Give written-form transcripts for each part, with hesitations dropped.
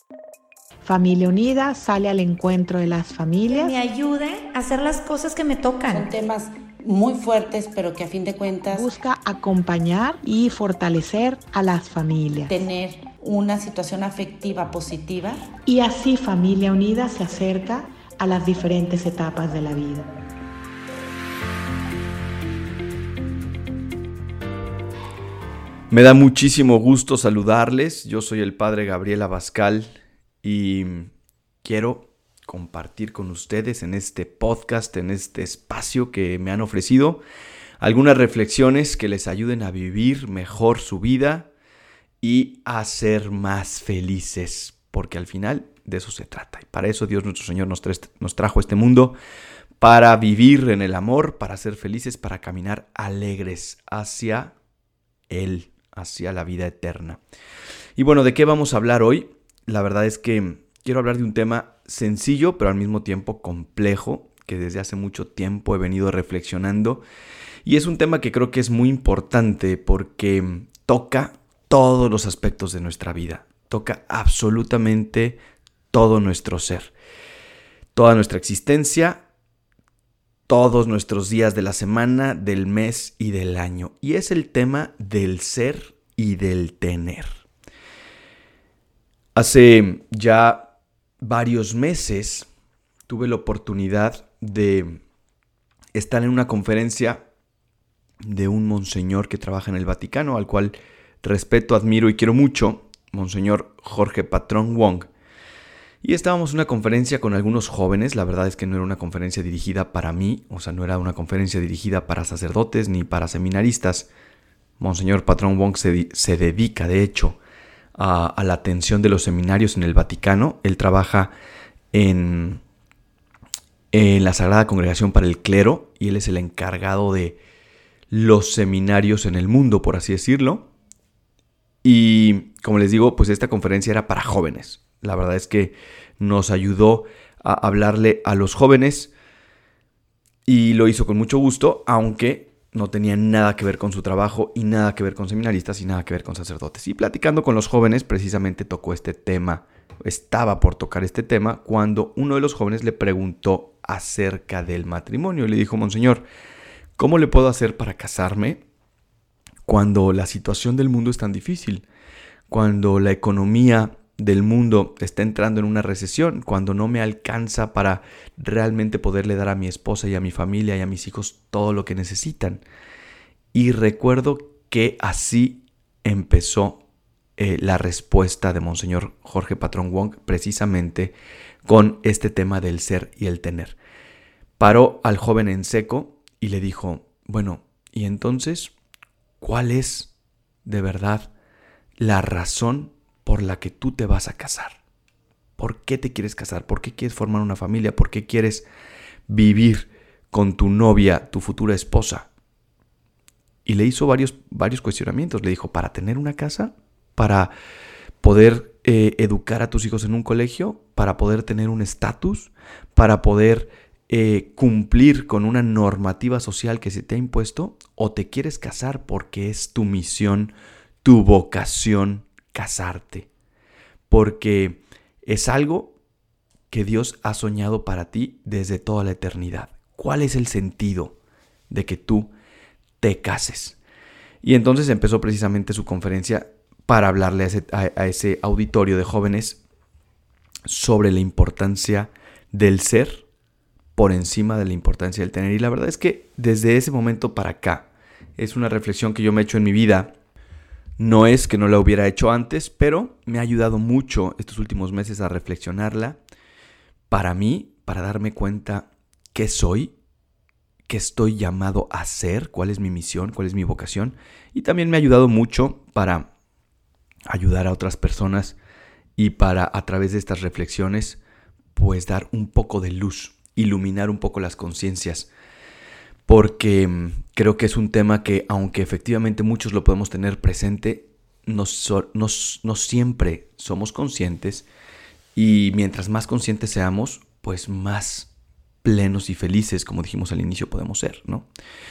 Familia Unida sale al encuentro de las familias. Que me ayude a hacer las cosas que me tocan. Son temas muy fuertes, pero que a fin de cuentas busca acompañar y fortalecer a las familias. Tener una situación afectiva positiva. Y así Familia Unida se acerca a las diferentes etapas de la vida. Me da muchísimo gusto saludarles. Yo soy el padre Gabriel Abascal y quiero compartir con ustedes en este podcast, en este espacio que me han ofrecido, algunas reflexiones que les ayuden a vivir mejor su vida y a ser más felices, porque al final de eso se trata. Y para eso Dios nuestro Señor nos trajo a este mundo, para vivir en el amor, para ser felices, para caminar alegres hacia Él, hacia la vida eterna. Y bueno, ¿de qué vamos a hablar hoy? La verdad es que quiero hablar de un tema sencillo, pero al mismo tiempo complejo, que desde hace mucho tiempo he venido reflexionando. Y es un tema que creo que es muy importante porque toca todos los aspectos de nuestra vida. Toca absolutamente todo nuestro ser, toda nuestra existencia, todos nuestros días de la semana, del mes y del año. Y es el tema del ser y del tener. Hace ya varios meses tuve la oportunidad de estar en una conferencia de un monseñor que trabaja en el Vaticano, al cual respeto, admiro y quiero mucho, Monseñor Jorge Patrón Wong. Y estábamos en una conferencia con algunos jóvenes. La verdad es que no era una conferencia dirigida para mí, o sea, no era una conferencia dirigida para sacerdotes ni para seminaristas. Monseñor Patrón Wong se dedica, de hecho, a la atención de los seminarios en el Vaticano. Él trabaja en la Sagrada Congregación para el Clero y él es el encargado de los seminarios en el mundo, por así decirlo. Y como les digo, pues esta conferencia era para jóvenes. La verdad es que nos ayudó a hablarle a los jóvenes y lo hizo con mucho gusto, aunque no tenía nada que ver con su trabajo y nada que ver con seminaristas y nada que ver con sacerdotes. Y platicando con los jóvenes, precisamente tocó este tema, estaba por tocar este tema, cuando uno de los jóvenes le preguntó acerca del matrimonio. Y le dijo: Monseñor, ¿cómo le puedo hacer para casarme cuando la situación del mundo es tan difícil? Cuando la economía del mundo está entrando en una recesión, cuando no me alcanza para realmente poderle dar a mi esposa y a mi familia y a mis hijos todo lo que necesitan. Y recuerdo que así empezó la respuesta de Monseñor Jorge Patrón Wong, precisamente con este tema del ser y el tener. Paró al joven en seco y le dijo: bueno, ¿y entonces cuál es de verdad la razón por la que tú te vas a casar? ¿Por qué te quieres casar? ¿Por qué quieres formar una familia? ¿Por qué quieres vivir con tu novia, tu futura esposa? Y le hizo varios cuestionamientos. Le dijo: ¿para tener una casa? ¿Para poder educar a tus hijos en un colegio? ¿Para poder tener un estatus? ¿Para poder cumplir con una normativa social que se te ha impuesto? ¿O te quieres casar porque es tu misión, tu vocación, casarte? Porque es algo que Dios ha soñado para ti desde toda la eternidad. ¿Cuál es el sentido de que tú te cases? Y entonces empezó precisamente su conferencia para hablarle a ese auditorio de jóvenes sobre la importancia del ser por encima de la importancia del tener. Y la verdad es que desde ese momento para acá es una reflexión que yo me he hecho en mi vida. No es que no la hubiera hecho antes, pero me ha ayudado mucho estos últimos meses a reflexionarla para mí, para darme cuenta qué soy, qué estoy llamado a ser, cuál es mi misión, cuál es mi vocación. Y también me ha ayudado mucho para ayudar a otras personas y para, a través de estas reflexiones, pues dar un poco de luz, iluminar un poco las conciencias. Porque creo que es un tema que, aunque efectivamente muchos lo podemos tener presente, no siempre somos conscientes. Y mientras más conscientes seamos, pues más plenos y felices, como dijimos al inicio, podemos ser, ¿no?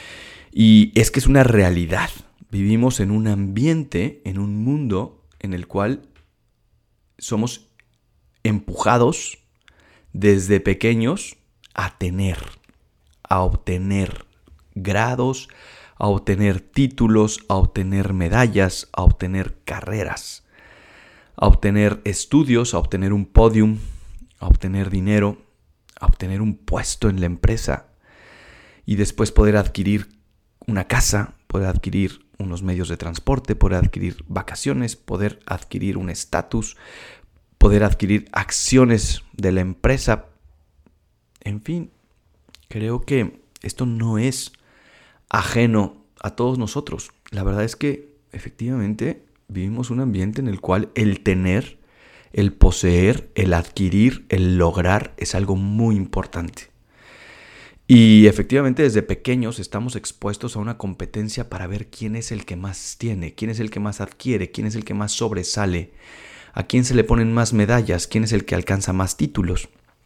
Y es que es una realidad. Vivimos en un ambiente, en un mundo en el cual somos empujados desde pequeños a obtener grados, a obtener títulos, a obtener medallas, a obtener carreras, a obtener estudios, a obtener un podium, a obtener dinero, a obtener un puesto en la empresa y después poder adquirir una casa, poder adquirir unos medios de transporte, poder adquirir vacaciones, poder adquirir un estatus, poder adquirir acciones de la empresa. En fin, creo que esto no es ajeno a todos nosotros. La verdad es que efectivamente vivimos un ambiente en el cual el tener, el poseer, el adquirir, el lograr es algo muy importante. Y efectivamente desde pequeños estamos expuestos a una competencia para ver quién es el que más tiene, quién es el que más adquiere, quién es el que más sobresale, a quién se le ponen más medallas, quién es el que alcanza más títulos.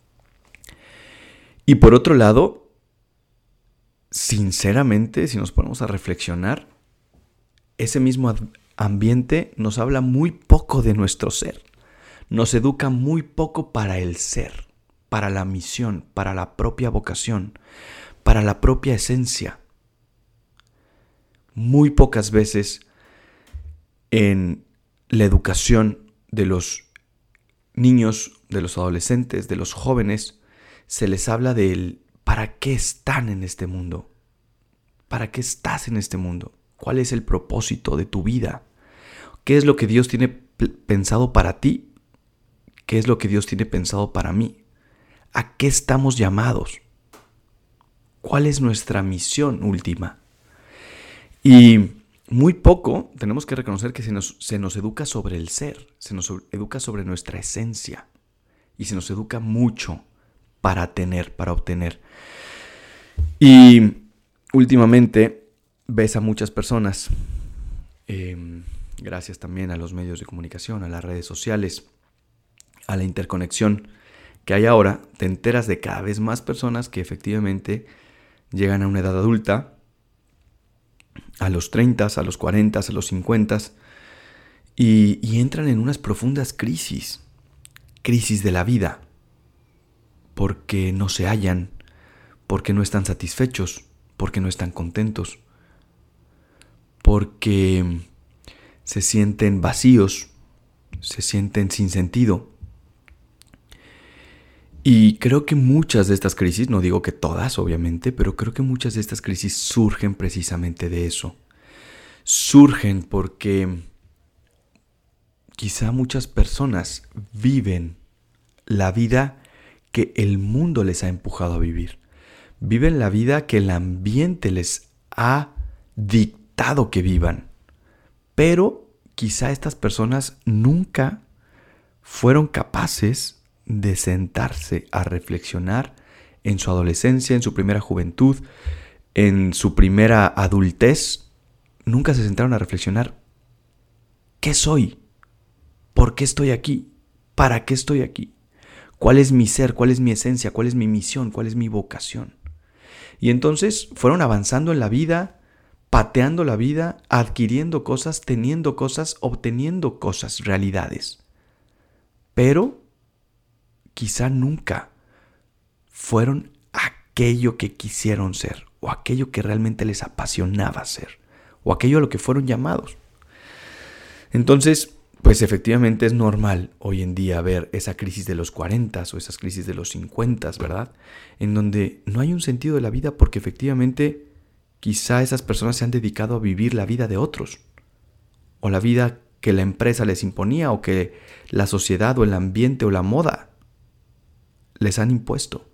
Y por otro lado, sinceramente, si nos ponemos a reflexionar, ese mismo ambiente nos habla muy poco de nuestro ser. Nos educa muy poco para el ser, para la misión, para la propia vocación, para la propia esencia. Muy pocas veces en la educación de los niños, de los adolescentes, de los jóvenes, se les habla del ¿para qué están en este mundo? ¿Para qué estás en este mundo? ¿Cuál es el propósito de tu vida? ¿Qué es lo que Dios tiene pensado para ti? ¿Qué es lo que Dios tiene pensado para mí? ¿A qué estamos llamados? ¿Cuál es nuestra misión última? Y muy poco tenemos que reconocer que se nos educa sobre el ser, se nos educa sobre nuestra esencia y se nos educa mucho para tener, para obtener. Y últimamente ves a muchas personas, gracias también a los medios de comunicación, a las redes sociales, a la interconexión que hay ahora, te enteras de cada vez más personas que efectivamente llegan a una edad adulta, a los 30, a los 40, a los 50, y entran en unas profundas crisis de la vida, porque no se hallan, porque no están satisfechos, porque no están contentos, porque se sienten vacíos, se sienten sin sentido. Y creo que muchas de estas crisis, no digo que todas obviamente, pero creo que muchas de estas crisis surgen precisamente de eso. Surgen porque quizá muchas personas viven la vida que el mundo les ha empujado a vivir. Viven la vida que el ambiente les ha dictado que vivan. Pero quizá estas personas nunca fueron capaces de sentarse a reflexionar en su adolescencia, en su primera juventud, en su primera adultez. Nunca se sentaron a reflexionar: ¿qué soy? ¿Por qué estoy aquí? ¿Para qué estoy aquí? ¿Cuál es mi ser? ¿Cuál es mi esencia? ¿Cuál es mi misión? ¿Cuál es mi vocación? Y entonces fueron avanzando en la vida, pateando la vida, adquiriendo cosas, teniendo cosas, obteniendo cosas, realidades. Pero quizá nunca fueron aquello que quisieron ser, o aquello que realmente les apasionaba ser, o aquello a lo que fueron llamados. Entonces, pues efectivamente es normal hoy en día ver esa crisis de los 40 o esas crisis de los 50, ¿verdad? En donde no hay un sentido de la vida porque efectivamente quizá esas personas se han dedicado a vivir la vida de otros, o la vida que la empresa les imponía, o que la sociedad o el ambiente o la moda les han impuesto.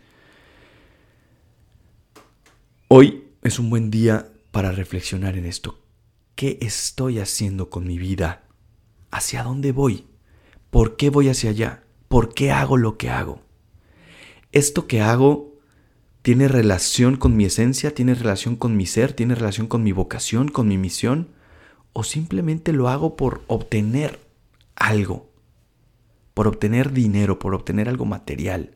Hoy es un buen día para reflexionar en esto. ¿Qué estoy haciendo con mi vida? ¿Hacia dónde voy? ¿Por qué voy hacia allá? ¿Por qué hago lo que hago? ¿Esto que hago tiene relación con mi esencia? ¿Tiene relación con mi ser? ¿Tiene relación con mi vocación, con mi misión? ¿O simplemente lo hago por obtener algo? Por obtener dinero, por obtener algo material.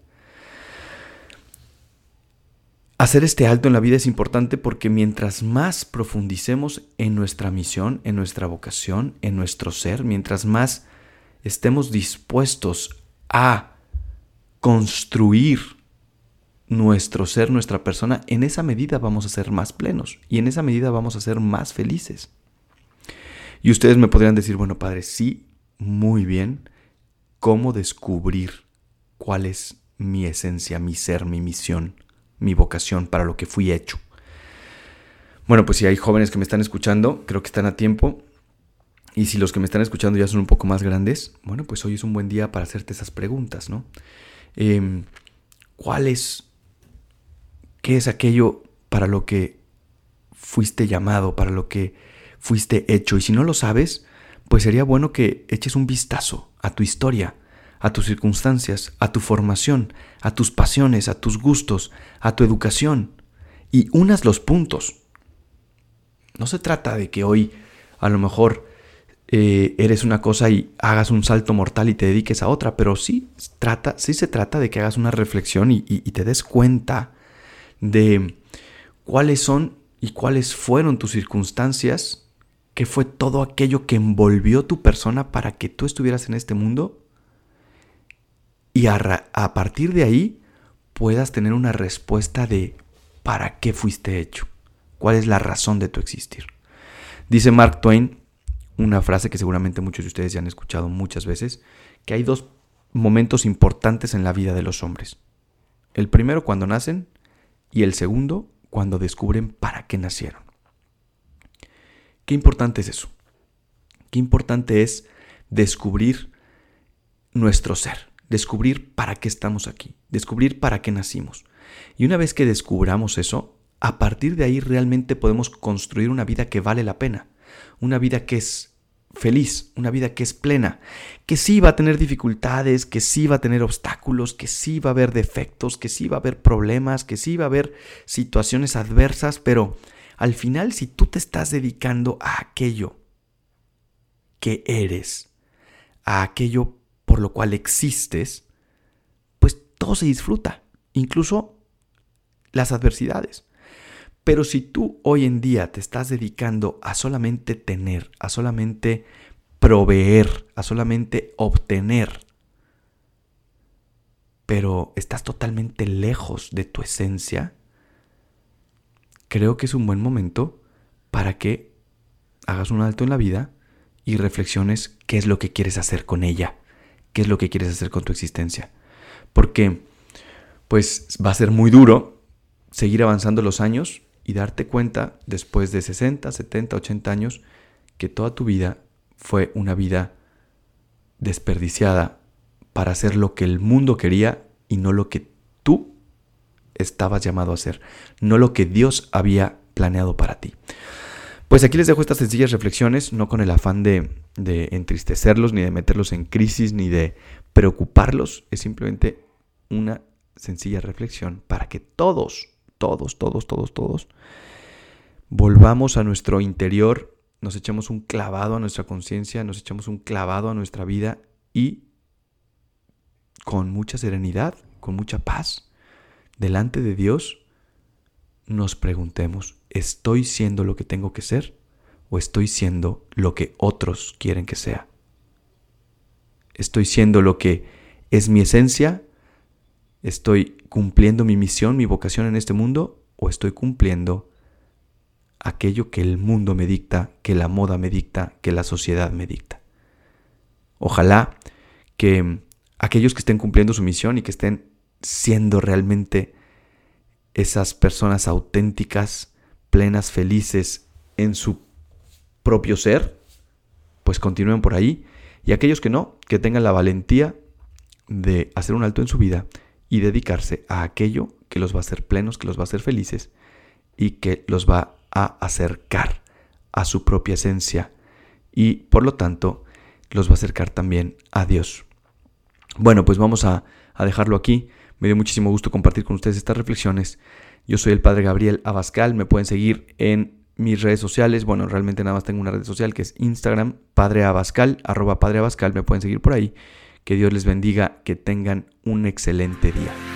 Hacer este alto en la vida es importante porque mientras más profundicemos en nuestra misión, en nuestra vocación, en nuestro ser, mientras más estemos dispuestos a construir nuestro ser, nuestra persona, en esa medida vamos a ser más plenos y en esa medida vamos a ser más felices. Y ustedes me podrían decir, bueno, padre, sí, muy bien, ¿cómo descubrir cuál es mi esencia, mi ser, mi misión, mi vocación, para lo que fui hecho? Bueno, pues si hay jóvenes que me están escuchando, creo que están a tiempo. Y si los que me están escuchando ya son un poco más grandes, bueno, pues hoy es un buen día para hacerte esas preguntas, ¿no? ¿Qué es aquello para lo que fuiste llamado, para lo que fuiste hecho? Y si no lo sabes, pues sería bueno que eches un vistazo a tu historia, a tus circunstancias, a tu formación, a tus pasiones, a tus gustos, a tu educación y unas los puntos. No se trata de que hoy a lo mejor eres una cosa y hagas un salto mortal y te dediques a otra, pero sí se trata de que hagas una reflexión y te des cuenta de cuáles son y cuáles fueron tus circunstancias, qué fue todo aquello que envolvió tu persona para que tú estuvieras en este mundo y a partir de ahí puedas tener una respuesta de para qué fuiste hecho, cuál es la razón de tu existir. Dice Mark Twain, una frase que seguramente muchos de ustedes ya han escuchado muchas veces, que hay 2 momentos importantes en la vida de los hombres. El primero cuando nacen y el segundo cuando descubren para qué nacieron. Qué importante es eso. Qué importante es descubrir nuestro ser, descubrir para qué estamos aquí, descubrir para qué nacimos. Y una vez que descubramos eso, a partir de ahí realmente podemos construir una vida que vale la pena, una vida que es feliz, una vida que es plena, que sí va a tener dificultades, que sí va a tener obstáculos, que sí va a haber defectos, que sí va a haber problemas, que sí va a haber situaciones adversas, pero al final si tú te estás dedicando a aquello que eres, a aquello por lo cual existes, pues todo se disfruta, incluso las adversidades. Pero si tú hoy en día te estás dedicando a solamente tener, a solamente proveer, a solamente obtener, pero estás totalmente lejos de tu esencia, creo que es un buen momento para que hagas un alto en la vida y reflexiones qué es lo que quieres hacer con ella, qué es lo que quieres hacer con tu existencia. Porque pues va a ser muy duro seguir avanzando los años y darte cuenta después de 60, 70, 80 años que toda tu vida fue una vida desperdiciada para hacer lo que el mundo quería y no lo que tú estabas llamado a hacer, no lo que Dios había planeado para ti. Pues aquí les dejo estas sencillas reflexiones, no con el afán de entristecerlos, ni de meterlos en crisis, ni de preocuparlos. Es simplemente una sencilla reflexión para que todos volvamos a nuestro interior, nos echemos un clavado a nuestra conciencia, nos echemos un clavado a nuestra vida y con mucha serenidad, con mucha paz, delante de Dios, nos preguntemos, ¿estoy siendo lo que tengo que ser o estoy siendo lo que otros quieren que sea? ¿Estoy siendo lo que es mi esencia? ¿Estoy cumpliendo mi misión, mi vocación en este mundo? ¿O estoy cumpliendo aquello que el mundo me dicta, que la moda me dicta, que la sociedad me dicta? Ojalá que aquellos que estén cumpliendo su misión y que estén siendo realmente esas personas auténticas, plenas, felices en su propio ser, pues continúen por ahí. Y aquellos que no, que tengan la valentía de hacer un alto en su vida y dedicarse a aquello que los va a hacer plenos, que los va a hacer felices y que los va a acercar a su propia esencia y por lo tanto los va a acercar también a Dios. Bueno, pues vamos a dejarlo aquí. Me dio muchísimo gusto compartir con ustedes estas reflexiones. Yo soy el Padre Gabriel Abascal. Me pueden seguir en mis redes sociales. Bueno, realmente nada más tengo una red social que es Instagram, Padre Abascal, @Padre Abascal. Me pueden seguir por ahí. Que Dios les bendiga, que tengan un excelente día.